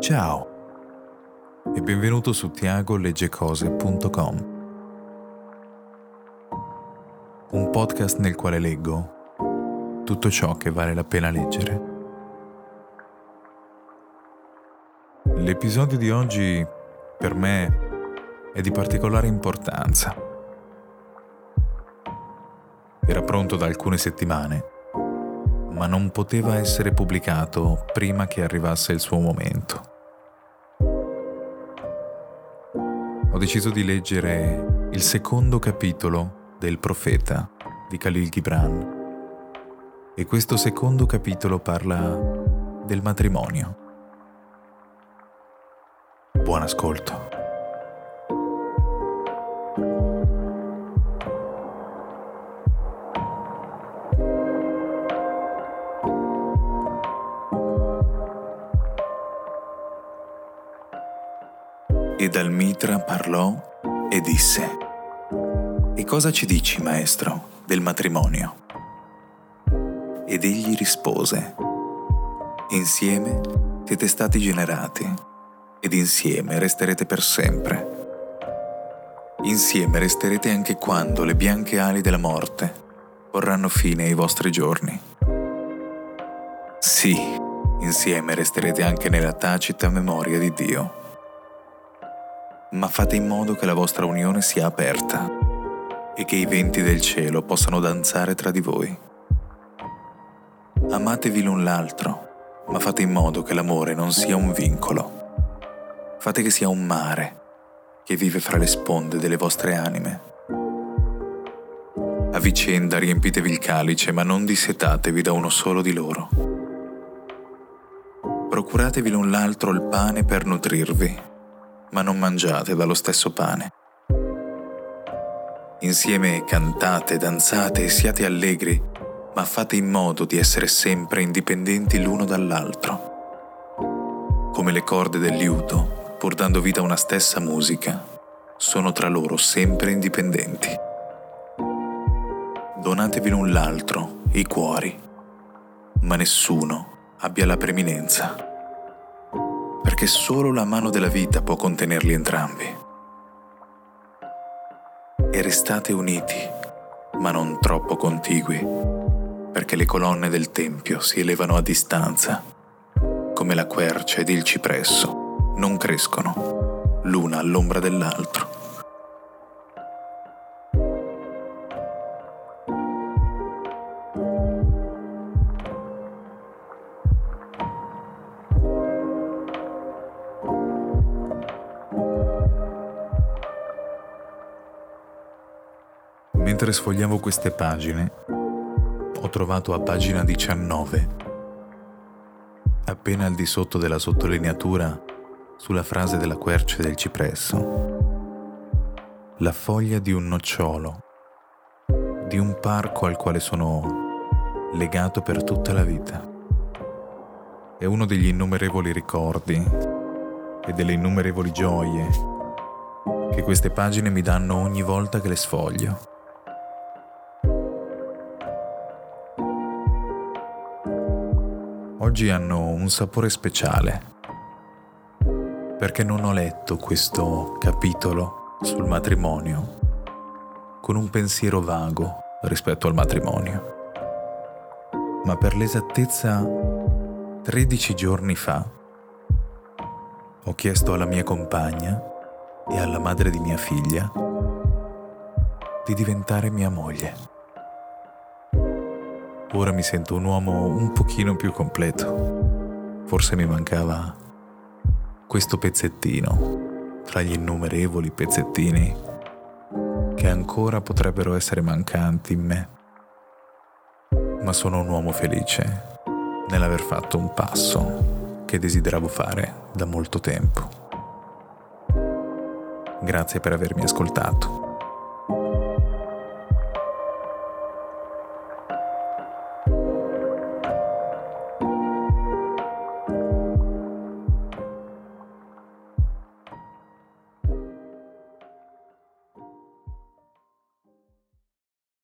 Ciao e benvenuto su tiagoleggecose.com, un podcast nel quale leggo tutto ciò che vale la pena leggere. L'episodio di oggi per me è di particolare importanza. Era pronto da alcune settimane, ma non poteva essere pubblicato prima che arrivasse il suo momento. Ho deciso di leggere il secondo capitolo del Profeta di Khalil Gibran e questo secondo capitolo parla del matrimonio. Buon ascolto. E dal mitra parlò e disse: «E cosa ci dici, maestro, del matrimonio?» Ed egli rispose: «Insieme siete stati generati, ed insieme resterete per sempre. Insieme resterete anche quando le bianche ali della morte porranno fine ai vostri giorni. Sì, insieme resterete anche nella tacita memoria di Dio. Ma fate in modo che la vostra unione sia aperta e che i venti del cielo possano danzare tra di voi. Amatevi l'un l'altro, ma fate in modo che l'amore non sia un vincolo. Fate che sia un mare che vive fra le sponde delle vostre anime. A vicenda riempitevi il calice, ma non dissetatevi da uno solo di loro. Procuratevi l'un l'altro il pane per nutrirvi, ma non mangiate dallo stesso pane. Insieme cantate, danzate e siate allegri, ma fate in modo di essere sempre indipendenti l'uno dall'altro. Come le corde del liuto, pur dando vita a una stessa musica, sono tra loro sempre indipendenti. Donatevi l'un l'altro i cuori, ma nessuno abbia la preminenza, perché solo la mano della vita può contenerli entrambi. E restate uniti, ma non troppo contigui, perché le colonne del tempio si elevano a distanza, come la quercia ed il cipresso non crescono l'una all'ombra dell'altro. Mentre sfogliavo queste pagine, ho trovato a pagina 19, appena al di sotto della sottolineatura, sulla frase della quercia e del cipresso, la foglia di un nocciolo, di un parco al quale sono legato per tutta la vita. È uno degli innumerevoli ricordi e delle innumerevoli gioie che queste pagine mi danno ogni volta che le sfoglio. Oggi hanno un sapore speciale, perché non ho letto questo capitolo sul matrimonio con un pensiero vago rispetto al matrimonio, ma per l'esattezza 13 giorni fa ho chiesto alla mia compagna e alla madre di mia figlia di diventare mia moglie. Ora mi sento un uomo un pochino più completo. Forse mi mancava questo pezzettino tra gli innumerevoli pezzettini che ancora potrebbero essere mancanti in me. Ma sono un uomo felice nell'aver fatto un passo che desideravo fare da molto tempo. Grazie per avermi ascoltato.